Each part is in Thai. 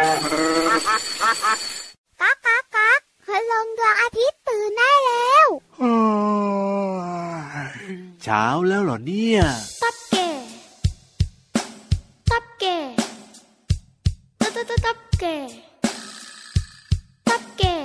ก๊ากก๊ากก๊ากพลังดวงอาทิตย์ตื่นได้แล้วเช้าแล้วเหรอเนี่ยตับแก่ตับแก่ตับแก่ตับแก่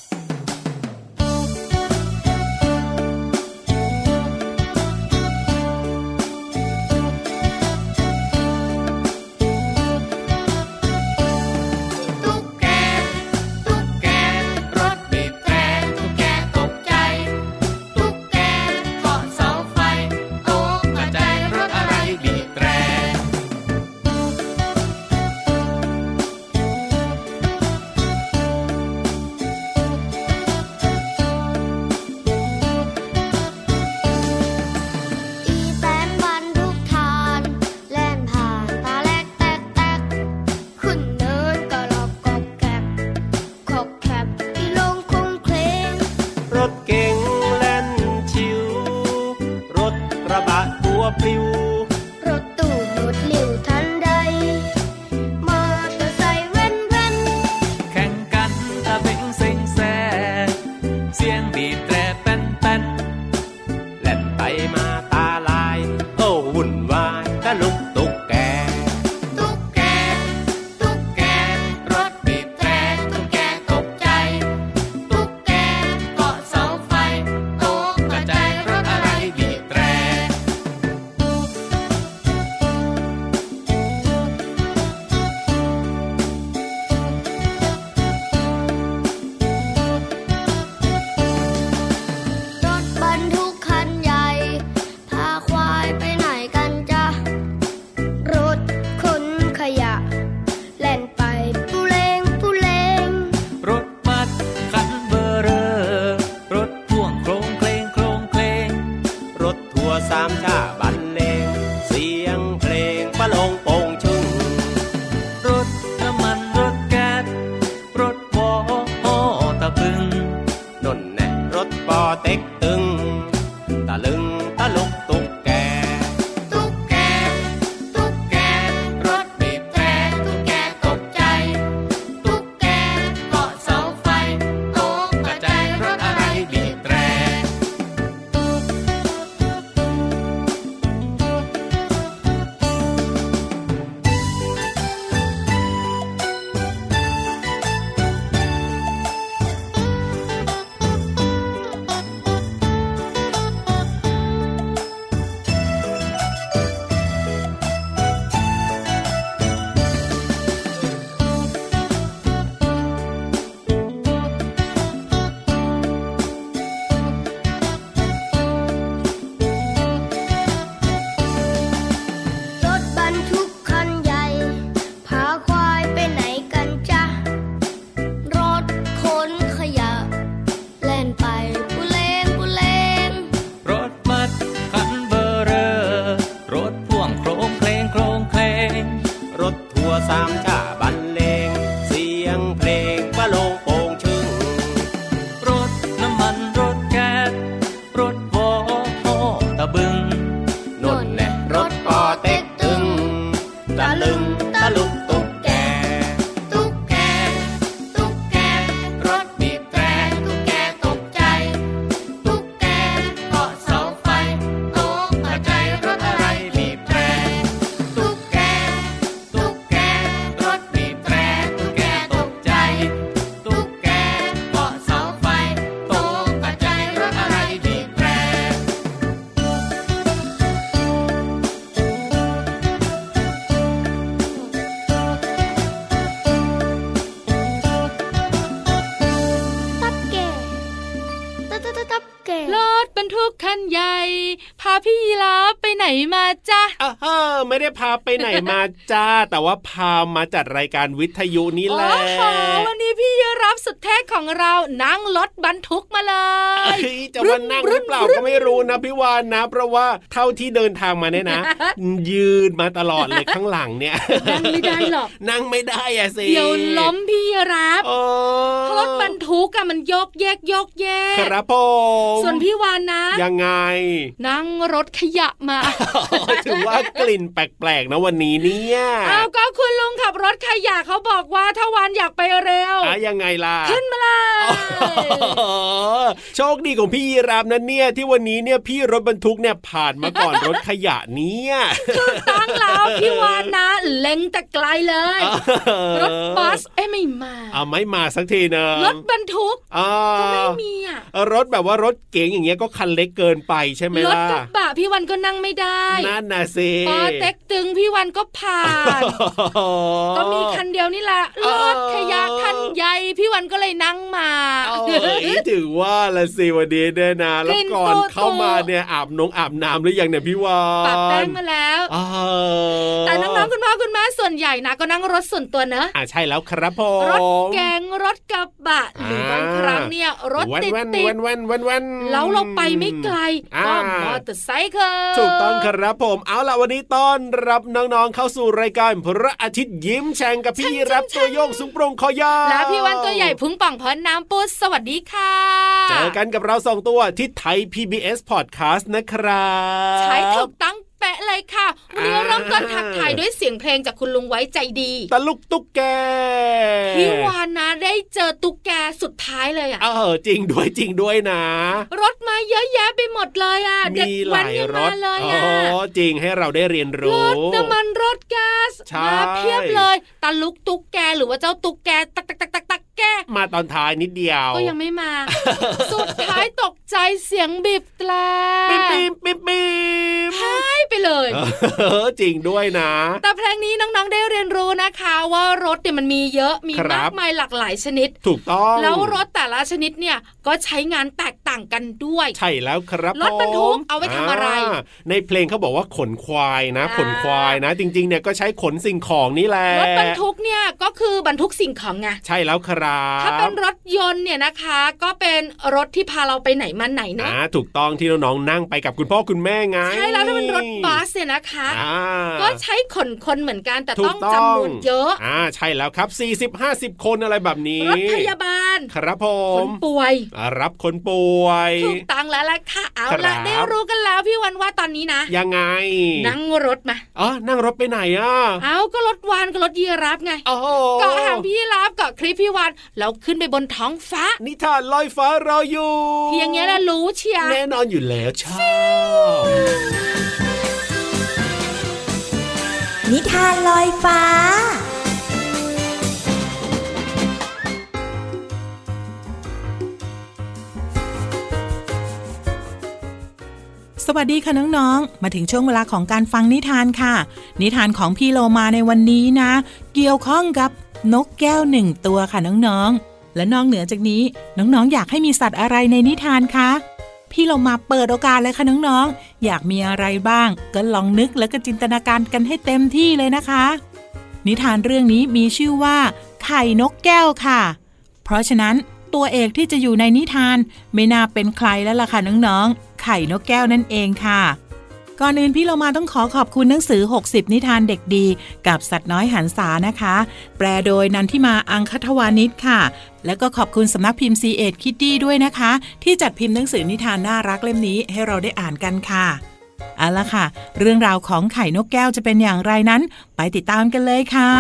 มาจ้ะไม่ได้พาไปไหนมาจ้าแต่ว่าพามาจัดรายการวิทยุนี่แหละวันนี้พี่รับสุดเท่ของเรานั่งรถบรรทุกมาเลยจะว่านั่งหรือเปล่าก็ไม่รู้นะพี่วานนะเพราะว่าเท่าที่เดินทางมาเนี่ยนะยืนมาตลอดเลยข้างหลังเนี่ยนั่งไม่ได้หรอกนั่งไม่ได้อะสิเดี๋ยวล้มพี่รับรถบรรทุกอะมันโยกแยกครับผมส่วนพี่วานนะยังไงนั่งรถขยะมาถือว่ากลิ่นแปลกๆนะวันนี้เนี่ยอ้าวก็คุณลุงขับรถขยะเขาบอกว่าถ้าวันอยากไปเร็วยังไงล่ะขึ้นมาเลยโชคดีของพี่ยีราฟนะเนี่ยที่วันนี้เนี่ยพี่รถบรรทุกเนี่ยผ่านมาก่อนรถขยะเนี่ยถูกต้องแล้วพี่วานนะเล็งแต่ไกลเลยรถบัสไม่มาไม่มาสักทีนะรถบรรทุกก็ไม่มีรถแบบว่ารถเก๋งอย่างเงี้ยก็คันเล็กเกินไปใช่ไหมล่ะรถกระบะพี่วันก็นั่งไม่ได้นั่นน่ะสิปอเต็กตึงพี่วันก็ผ่านก็มีคันเดียวนี่แหละรถขยะคันใหญ่พี่วันก็เลยนั่งมาถือว่าละสิวันนี้เนี่ยนะแล้วก่อนเข้ามาเนี่ยอาบน้ำหรือยังเนี่ยพี่วานปะแป้งมาแล้วแต่น้องๆคุณพ่อคุณแม่ส่วนใหญ่นะก็นั่งรถส่วนตัวเนอะใช่แล้วครับผมรถแกงรถกระบะหรือบางครั้งเนี่ยรถติดแล้วเราไปไม่ไกลก็มอเตอร์ไซค์ถูกต้องครับผมเอาล่ะวันนี้ต้อนรับน้องๆเข้าสู่รายการพระอาทิตย์ยิ้มแฉ่งกับพี่รับตัวโยงสูงโปร่งคอยาวและพี่วันตัวใหญ่พุงป่องพอน้ำปูสวัสดีค่ะเจอกันกับเรา2ตัวที่ไทย PBS Podcast นะครับใช้ถูกตั้งแปะเลยค่ะวันนี้เริ่มต้นทักทายด้วยเสียงเพลงจากคุณลุงไว้ใจดีตะลุกตุ๊กแกพี่วานนะได้เจอตุ๊กแกสุดท้ายเลยจริงด้วยนะรถมาเยอะแยะไปหมดเลยเด็กแว้นรถเลยจริงให้เราได้เรียนรู้รถน้ำมันรถแก๊สมาเพียบเลยตะลุกตุ๊กแกหรือว่าเจ้าตุ๊กแกตักแกมาตอนท้ายนิดเดียวก็ยังไม่มาสุดท้ายตกใจเสียงบีบแตรปิ๊บหายไปเลยจริงด้วยนะแต่เพลงนี้น้องๆได้เรียนรู้นะคะว่ารถเนี่ยมันมีเยอะมีมากมายหลากหลายชนิดถูกต้องแล้วรถแต่ละชนิดเนี่ยก็ใช้งานแตกต่างกันด้วยใช่แล้วครับรถบรรทุกเอาไว้ทำอะไรในเพลงเขาบอกว่าขนควายนะขนควายนะจริงๆเนี่ยก็ใช้ขนสิ่งของนี่แหละรถบรรทุกเนี่ยก็คือบรรทุกสิ่งของไงใช่แล้วครับถ้าเป็นรถยนต์เนี่ยนะคะก็เป็นรถที่พาเราไปไหนมาไหนนะถูกต้องที่น้องๆนั่งไปกับคุณพ่อคุณแม่ไงใช่แล้วถ้าเป็นรถบัสเนี่ยนะคะก็ใช้ขนคนเหมือนกันแต่ต้องจำนวนเยอะใช่แล้วครับ 40-50 คนอะไรแบบนี้รถพยาบาลครับผมคนป่วยรับคนป่วยถูกต้องแล้วล่ะค่ะเอาล่ะได้รู้กันแล้วพี่วันว่าตอนนี้นะยังไงนั่งรถมานั่งรถไปไหนก็รถวานกับรถยีราฟไงเกาะหางพี่ยีราฟเกาะคลิปพี่วันแล้วขึ้นไปบนท้องฟ้านิทานลอยฟ้ารออยู่เพียงเงี้ยละรู้เชียแน่นอนอยู่แล้วชอบนิทานลอยฟ้าสวัสดีค่ะน้องๆมาถึงช่วงเวลาของการฟังนิทานค่ะนิทานของพี่โลมาในวันนี้นะเกี่ยวข้องกับนกแก้ว1ตัวค่ะน้องๆและนอกเหนือจากนี้น้องๆอยากให้มีสัตว์อะไรในนิทานคะพี่โลมาเปิดโอกาสเลยค่ะน้องๆอยากมีอะไรบ้างก็ลองนึกแล้วก็จินตนาการกันให้เต็มที่เลยนะคะนิทานเรื่องนี้มีชื่อว่าไข่นกแก้วค่ะเพราะฉะนั้นตัวเอกที่จะอยู่ในนิทานไม่น่าเป็นใครแล้วล่ะค่ะน้องๆไข่นกแก้วนั่นเองค่ะก่อนอื่นพี่เรามาต้องขอบคุณหนังสือ60นิทานเด็กดีกับสัตว์น้อยหันษานะคะแปลโดยนันทิมาอังคทวานิชค่ะแล้วก็ขอบคุณสำนักพิมพ์ C.Ed Kiddie ด้วยนะคะที่จัดพิมพ์หนังสือนิทานน่ารักเล่มนี้ให้เราได้อ่านกันค่ะเอาล่ะค่ะเรื่องราวของไข่นกแก้วจะเป็นอย่างไรนั้นไปติดตามกันเลยค่ะ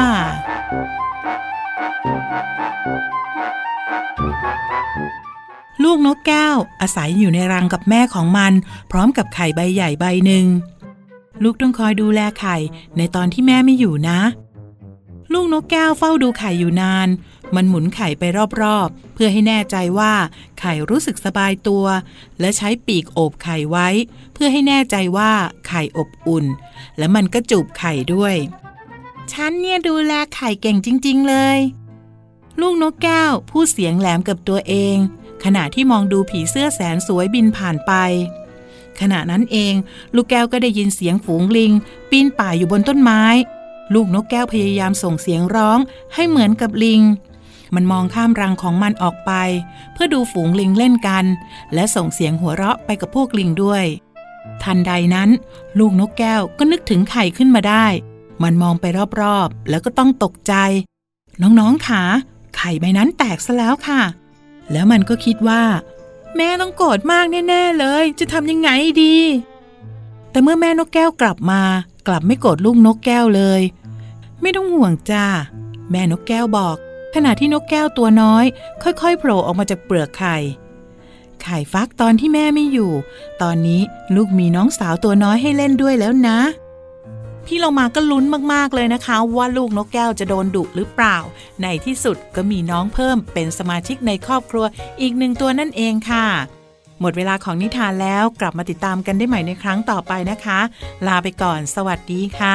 ลูกนกแก้วอาศัยอยู่ในรังกับแม่ของมันพร้อมกับไข่ใบใหญ่ใบหนึ่งลูกต้องคอยดูแลไข่ในตอนที่แม่ไม่อยู่นะลูกนกแก้วเฝ้าดูไข่อยู่นานมันหมุนไข่ไปรอบๆเพื่อให้แน่ใจว่าไข่รู้สึกสบายตัวและใช้ปีกโอบไข่ไว้เพื่อให้แน่ใจว่าไข่อบอุ่นและมันก็จูบไข่ด้วยฉันเนี่ยดูแลไข่เก่งจริงๆเลยลูกนกแก้วพูดเสียงแหลมกับตัวเองขณะที่มองดูผีเสื้อแสนสวยบินผ่านไปขณะนั้นเองลูกแก้วก็ได้ยินเสียงฝูงลิงปีนป่ายอยู่บนต้นไม้ลูกนกแก้วพยายามส่งเสียงร้องให้เหมือนกับลิงมันมองข้ามรังของมันออกไปเพื่อดูฝูงลิงเล่นกันและส่งเสียงหัวเราะไปกับพวกลิงด้วยทันใดนั้นลูกนกแก้วก็นึกถึงไข่ขึ้นมาได้มันมองไปรอบๆแล้วก็ต้องตกใจน้องๆขาไข่ใบนั้นแตกซะแล้วค่ะแล้วมันก็คิดว่าแม่ต้องโกรธมากแน่ๆเลยจะทำยังไงดีแต่เมื่อแม่นกแก้วกลับมากลับไม่โกรธลูกนกแก้วเลยไม่ต้องห่วงจ้าแม่นกแก้วบอกขณะที่นกแก้วตัวน้อยค่อยๆโผล่ออกมาจากเปลือกไข่ฟักตอนที่แม่ไม่อยู่ตอนนี้ลูกมีน้องสาวตัวน้อยให้เล่นด้วยแล้วนะพี่เรามาก็ลุ้นมากๆเลยนะคะว่าลูกนกแก้วจะโดนดุหรือเปล่าในที่สุดก็มีน้องเพิ่มเป็นสมาชิกในครอบครัวอีก1ตัวนั่นเองค่ะหมดเวลาของนิทานแล้วกลับมาติดตามกันได้ใหม่ในครั้งต่อไปนะคะลาไปก่อนสวัสดีค่ะ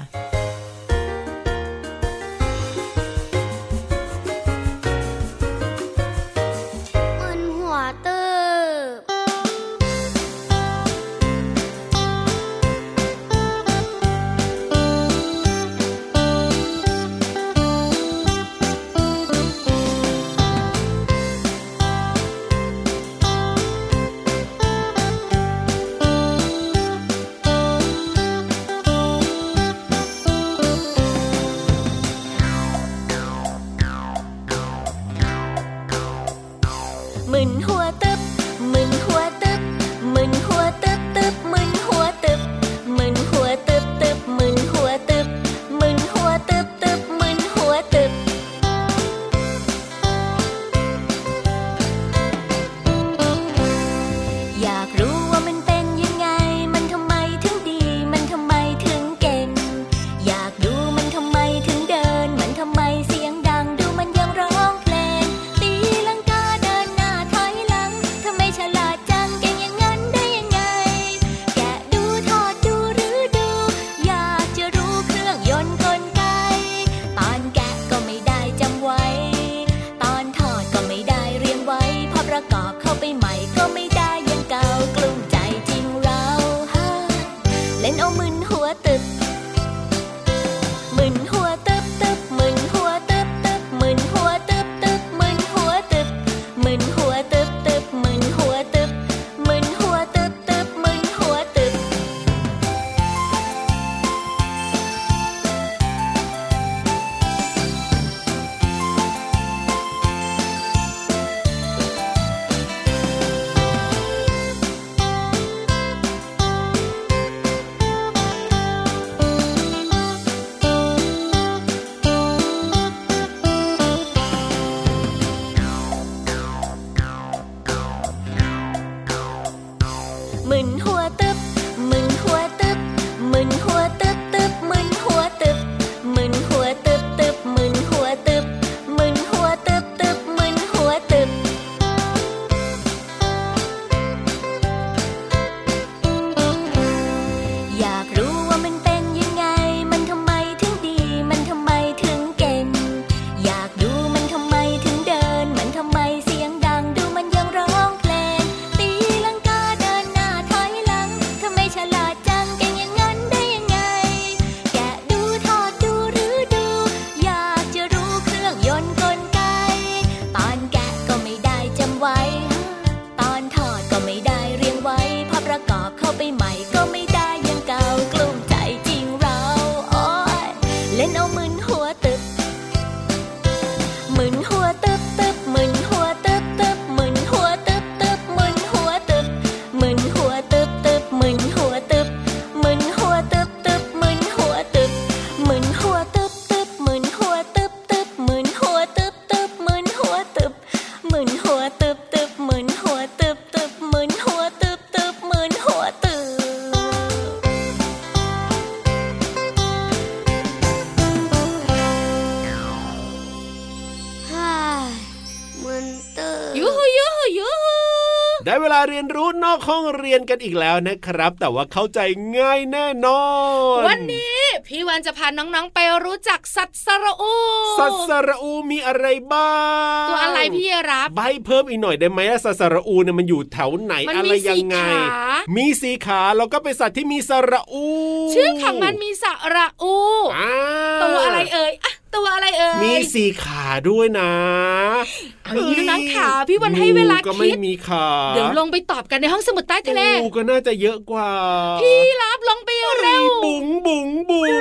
ได้เวลาเรียนรู้นอกห้องเรียนกันอีกแล้วนะครับแต่ว่าเข้าใจง่ายแน่นอนวันนี้พี่วันจะพาน้องๆไปรู้จักสัตว์สระอูสัตว์สระอูมีอะไรบ้างตัวอะไรพี่รับใบเพิ่มอีกหน่อยได้ไหมสัตว์สระอูเนี่ยมันอยู่แถวไหนอะไรยังไงมีสีขาแล้วก็เป็นสัตว์ที่มีสระอูชื่อของมันมีสระอูตัวอะไรเอ่ยตัวอะไรเอ่ยมีสีขาด้วยนะน้องขาพี่วันให้เวลาคิดก็ไม่มีขาเดี๋ยวลงไปตอบกันในห้องสมุดใต้ทะเลก็น่าจะเยอะกว่าพี่รับลงไปเร็วบุ๋งบุ๋งบุ๋ง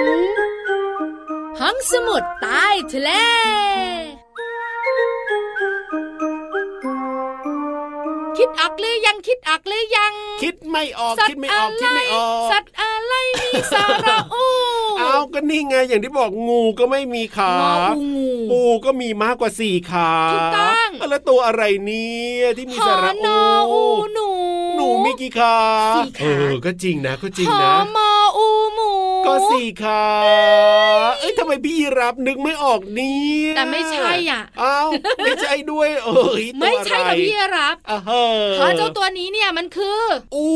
ห้องสมุดใต้ทะเลอกหรือยังคิดออกหรือยังคิดไม่ออกคิดไม่ออกคิดไม่ออกสัตว์อะไรมีสระอูเอาก็นี่ไงอย่างที่บอกงูก็ไม่มีขาปูก็มีมากกว่า4ขาถูกต้องแล้วตัวอะไรเนี่ยที่มีสระอูหนูมีกี่ขาก็จริงนะก็จริงนะมออูหมูก็4ขาทำไมพี่รับนึกไม่ออกเนี่ยแต่ไม่ใช่อ่ะอ้าวไม่ใช่ด้วยไม่ใช่กับพี่รับเพราะเจ้าตัวนี้เนี่ยมันคืออู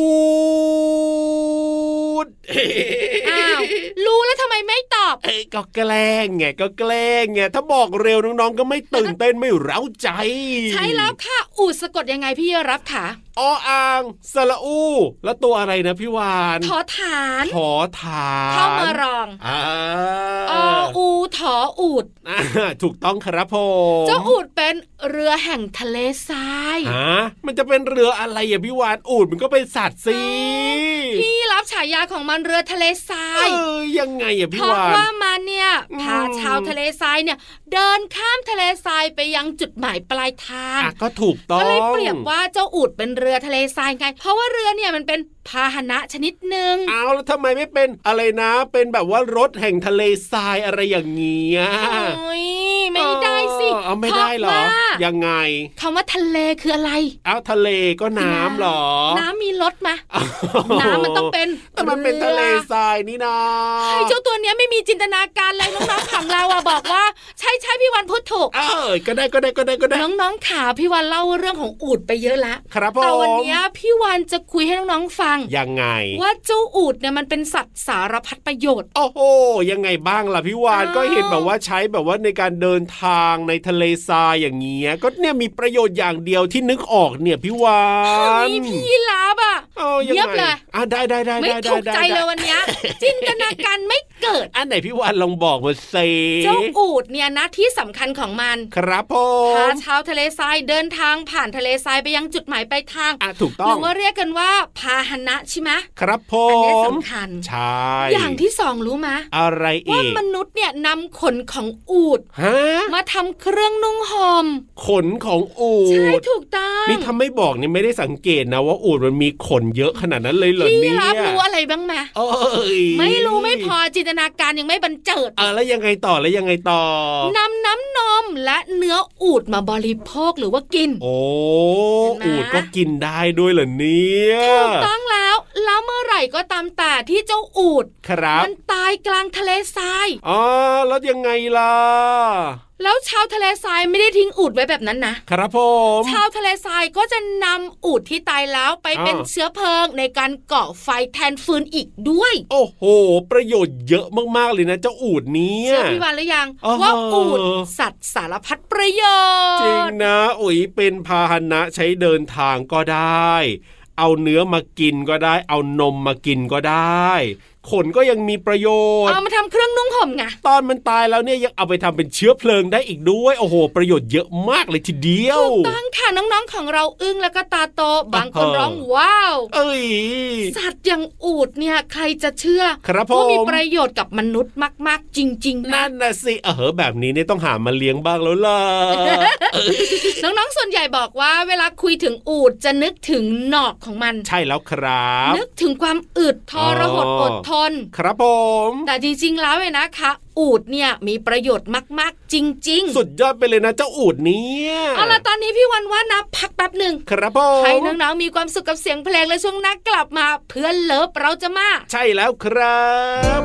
ดอ้าวรู้แล้วทำไมไม่ตอบก็แกล้งไงถ้าบอกเร็วน้องๆก็ไม่ตื่นเต้นไม่เร้าใจใช่แล้วค่ะอูดสะกดยังไงพี่รับค่ะออ่างสระอูแล้วตัวอะไรนะพี่วานถอฐานเข้ามารองออูถออูดถูกต้องครับผมเจ้าอูดเป็นเรือแห่งทะเลทรายมันจะเป็นเรืออะไรอ่ะพี่วานอูดมันก็เป็นสัตว์สิพี่รับฉายาของมันเรือทะเลทรายยังไงอ่ะพี่วานเพราะว่ามันเนี่ยพาชาวทะเลทรายเนี่ยเดินข้ามทะเลทรายไปยังจุดหมายปลายทางก็ถูกต้องก็เลยเปรียบว่าเจ้าอูดเป็นเรือทะเลทรายไงเพราะว่าเรือเนี่ยมันเป็นพาหนะชนิดหนึ่งแล้วทำไมไม่เป็นอะไรนะเป็นแบบว่ารถแห่งทะเลทรายอะไรอย่างเงี้ยไม่ได้สิไม่ได้หรอยังไงคำว่าทะเลคืออะไรทะเลก็น้ำหรอน้ำมีรถมาน้ำมันต้องเป็นแต่มันเป็นทะเลทรายนี่นะเจ้าตัวเนี้ยไม่มีจินตนาการเลยน้องๆของเราบอกว่าใช่พี่วันพูดถูกก็ได้น้องๆขาพี่วันเล่าเรื่องของอูฐไปเยอะละครับผมแต่วันนี้พี่วันจะคุยให้น้องๆฟังยังไงว่าเจ้าอูฐเนี่ยมันเป็นสัตว์สารพัดประโยชน์โอ้โหยังไงบ้างล่ะพี่วานก็เห็นแบบว่าใช้แบบว่าในการเดินทางในทะเลทรายอย่างเงี้ยก็เนี่ยมีประโยชน์อย่างเดียวที่นึกออกเนี่ยพี่วานพี่ลาบเยียบเลยได้ไม่ถูกใจเลยวันนี้จินตนาการไม่เกิดอันไหนพี่วานลองบอกมาสิเจ้าอูฐเนี่ยนะที่สำคัญของมันครับผมพาชาวทะเลทรายเดินทางผ่านทะเลทรายไปยังจุดหมายปลายทางถูกต้องหรือว่าเรียกกันว่าพาหนะใช่ไหมครับผมอันนี้สำคัญใช่อย่างที่สองรู้ไหมอะไรอีกว่ามนุษย์เนี่ยนำขนของอูฐมาทำเครื่องนุ่งห่มขนของอูฐใช่ถูกต้องนี่ถ้าไม่บอกนี่ไม่ได้สังเกตนะว่าอูฐมันมีขนเยอะขนาดนั้นเลยเหรอเนี่ยพี่รับรู้อะไรบ้างไหมไม่รู้ไม่พอจินตนาการยังไม่บันเจิดแล้วยังไงต่อนำน้ำนมและเนื้ออูฐมาบริโภคหรือว่ากินอูฐก็กินได้ด้วยเหรอเนี่ยถูกต้องแล้วเมื่อไหร่ก็ตามแต่ที่เจ้าอูฐมันตายกลางทะเลทรายแล้วยังไงล่ะแล้วชาวทะเลทรายไม่ได้ทิ้งอูฐไว้แบบนั้นนะครับผมชาวทะเลทรายก็จะนำอูฐที่ตายแล้วไปเป็นเชื้อเพลิงในการก่อไฟแทนฟืนอีกด้วยโอ้โหประโยชน์เยอะมากๆเลยนะเจ้าอูฐนี้เชื่อพี่วันหรือยังว่าอูฐสัตว์สารพัดประโยชน์จริงนะเป็นพาหนะใช้เดินทางก็ได้เอาเนื้อมากินก็ได้เอานมมากินก็ได้ขนก็ยังมีประโยชน์เอามาทำเครื่องนุ่งห่มไงตอนมันตายแล้วเนี่ยยังเอาไปทำเป็นเชื้อเพลิงได้อีกด้วยโอ้โหประโยชน์เยอะมากเลยทีเดียวถูกต้องค่ะน้องๆของเราอึ้งแล้วก็ตาโตบางคนร้องว้าวสัตว์อย่างอูฐเนี่ยใครจะเชื่อว่ามีประโยชน์กับมนุษย์มากๆจริงๆนั่นน่ะสิแบบนี้เนี่ยต้องหามาเลี้ยงบ้างแล้วล่ะน้องๆส่วนใหญ่บอกว่าเวลาคุยถึงอูฐจะนึกถึงหนอกของมันใช่แล้วครับนึกถึงความอึดทรหดอดทนครับผมแต่จริงๆแล้วเลยนะคะอูฐเนี่ยมีประโยชน์มากๆจริงๆสุดยอดไปเลยนะเจ้าอูฐเนี่ยเอาล่ะตอนนี้พี่วันว่านะพักแป๊บนึงครับผมให้น้องๆมีความสุขกับเสียงเพลงและช่วงหน้ากลับมาเพื่อนเลิฟเราจะมาใช่แล้วครับ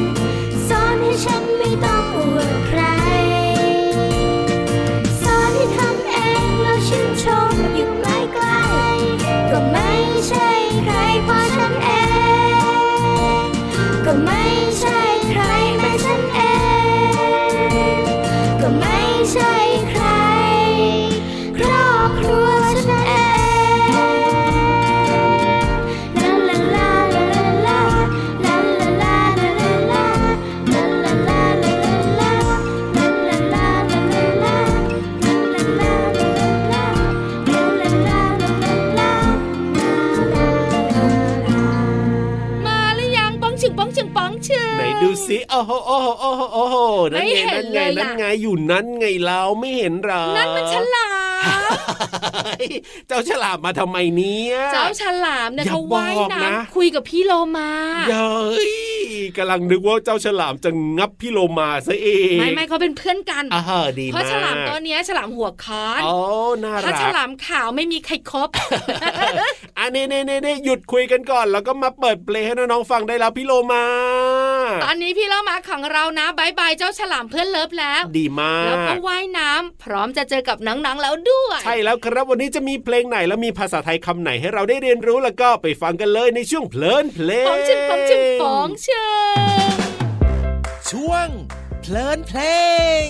ไม่ต้องอวดใครสอนให้โอ้โหโอ้โหโอ้โหโอ้โหนั่นไงนั่นไงนั่นไงอยู่นั่นไงเราไม่เห็นหรอนั่นมันฉลามเจ้าฉลามมาทำไมเนี่ยเจ้าฉลามเนี่ยเขาว่ายน้ำคุยกับพี่โลมาเย้ยกำลังนึกว่าเจ้าฉลามจะงับพี่โลมาซะเองไม่เขาเป็นเพื่อนกันดีมากเพราะฉลามตัวนี้ฉลามหัวค้อนน่ารักถ้าฉลามขาวไม่มีใครครบอันนี้หยุดคุยกันก่อนแล้วก็มาเปิดเพลงให้น้องๆฟังได้แล้วพี่โลมาตอนนี้พี่โลมาของเรานะบายบายเจ้าฉลามเพื่อนเลิฟแล้วดีมากแล้วก็ว่ายน้ำพร้อมจะเจอกับน้องๆแล้วด้วยใช่แล้วครับวันนี้จะมีเพลงไหนแล้วมีภาษาไทยคำไหนให้เราได้เรียนรู้แล้วก็ไปฟังกันเลยในช่วงเพลินเพลงป๋องชึงป๋องชึงป๋องชึงช่วงเพลินเพลง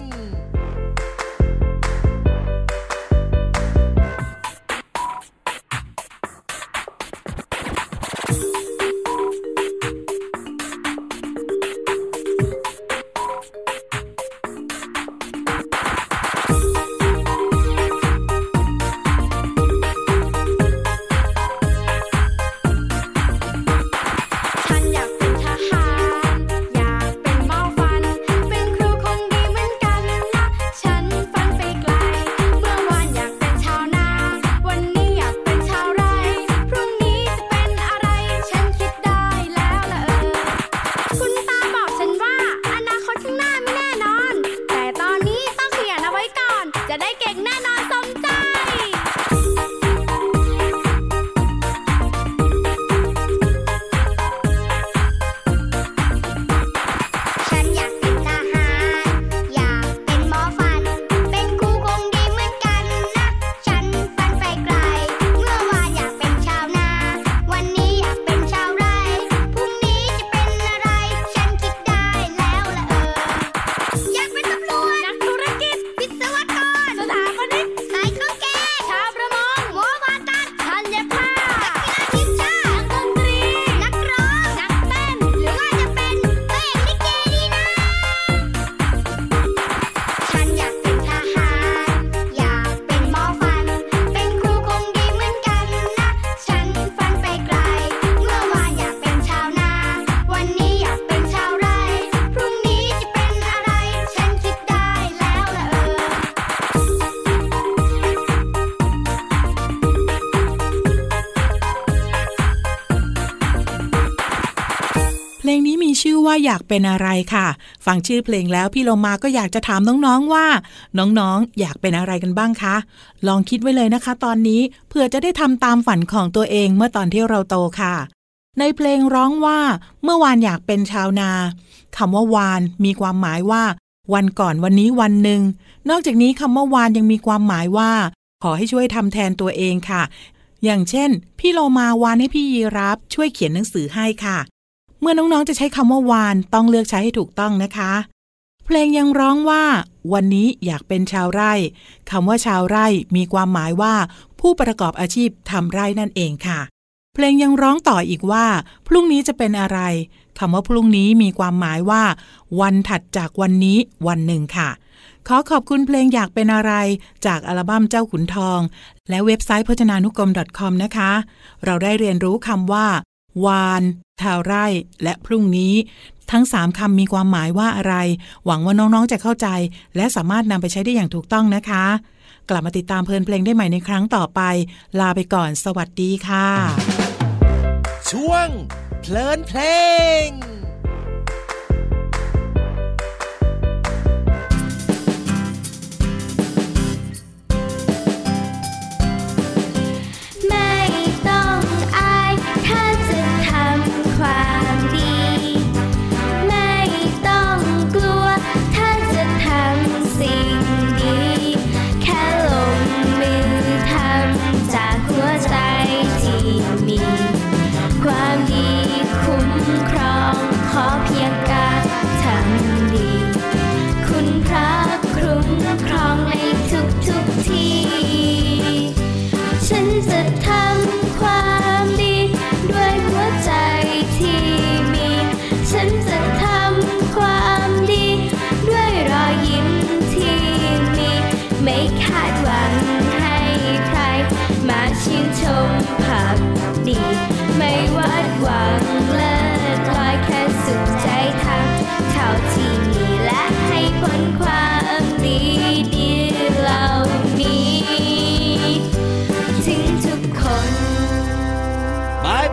เพลงนี้มีชื่อว่าอยากเป็นอะไรค่ะฟังชื่อเพลงแล้วพี่โลมาก็อยากจะถามน้องๆว่าน้องๆอยากเป็นอะไรกันบ้างคะลองคิดไว้เลยนะคะตอนนี้เพื่อจะได้ทำตามฝันของตัวเองเมื่อตอนที่เราโตค่ะในเพลงร้องว่าเมื่อวานอยากเป็นชาวนาคำว่าวานมีความหมายว่าวันก่อนวันนี้วันหนึ่งนอกจากนี้คำว่าวานยังมีความหมายว่าขอให้ช่วยทำแทนตัวเองค่ะอย่างเช่นพี่โลมาวานให้พี่ยีรับช่วยเขียนหนังสือให้ค่ะเมื่อน้องๆจะใช้คำว่าวานต้องเลือกใช้ให้ถูกต้องนะคะเพลงยังร้องว่าวันนี้อยากเป็นชาวไร่คำว่าชาวไร่มีความหมายว่าผู้ประกอบอาชีพทำไร่นั่นเองค่ะเพลงยังร้องต่ออีกว่าพรุ่งนี้จะเป็นอะไรคำว่าพรุ่งนี้มีความหมายว่าวันถัดจากวันนี้วันหนึ่งค่ะขอขอบคุณเพลงอยากเป็นอะไรจากอัลบั้มเจ้าขุนทองและเว็บไซต์พจนานุกรม .com นะคะเราได้เรียนรู้คำว่าวานชาวไร่และพรุ่งนี้ทั้ง3คำมีความหมายว่าอะไรหวังว่าน้องๆจะเข้าใจและสามารถนำไปใช้ได้อย่างถูกต้องนะคะกลับมาติดตามเพลินเพลงได้ใหม่ในครั้งต่อไปลาไปก่อนสวัสดีค่ะช่วงเพลินเพลงความดีคุ้มครอง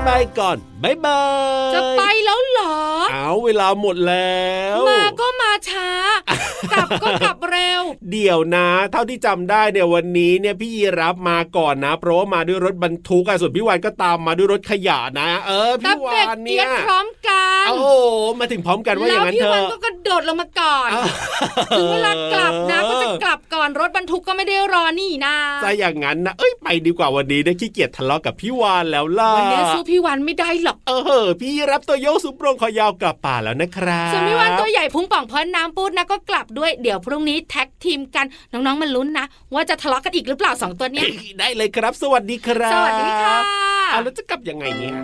ไปก่อนบ๊ายบายจะไปแล้วเหรอเอาเวลาหมดแล้วมาก็มาช้ากลับก็กลับเร็วเดี๋ยวนะเท่าที่จำได้เนี่ยวันนี้เนี่ยพี่ยีรับมาก่อนนะเพราะว่ามาด้วยรถบรรทุกส่วนพี่วานก็ตามมาด้วยรถขยะนะพี่วานเนี่ยพร้อมกันโอ้โหมาถึงพร้อมกันว่าอย่างนั้นเถอะแล้วพี่วานก็กระโดดลงมาก่อนถึงเวลากลับนะก็จะกลับก่อนรถบรรทุกก็ไม่ได้รอนี่นะจะอย่างนั้นนะไปดีกว่าวันนี้ได้ขี้เกียจทะเลาะกับพี่วานแล้วล่ะวันนี้สู้พี่วานไม่ได้หรอกพี่รับตัวโยกสูงโปร่งคอยาวกลับป่าแล้วนะครับส่วนพี่วานตัวใหญ่พุงป่องพ้นน้ำปูดนะก็กลับด้วยเดี๋ยวพรุ่งนี้แท็กทีมกันน้องๆมันลุ้นนะว่าจะทะเลาะกันอีกหรือเปล่า2ตัวเนี้ยได้เลยครับสวัสดีครับสวัสดีค่ะแล้วจะกลับยังไงเนี่ย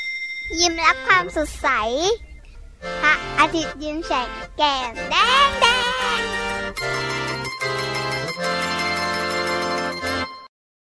ยิ้มรับความสดใสพระอาทิตย์ยิ้มแฉกแก้มแดง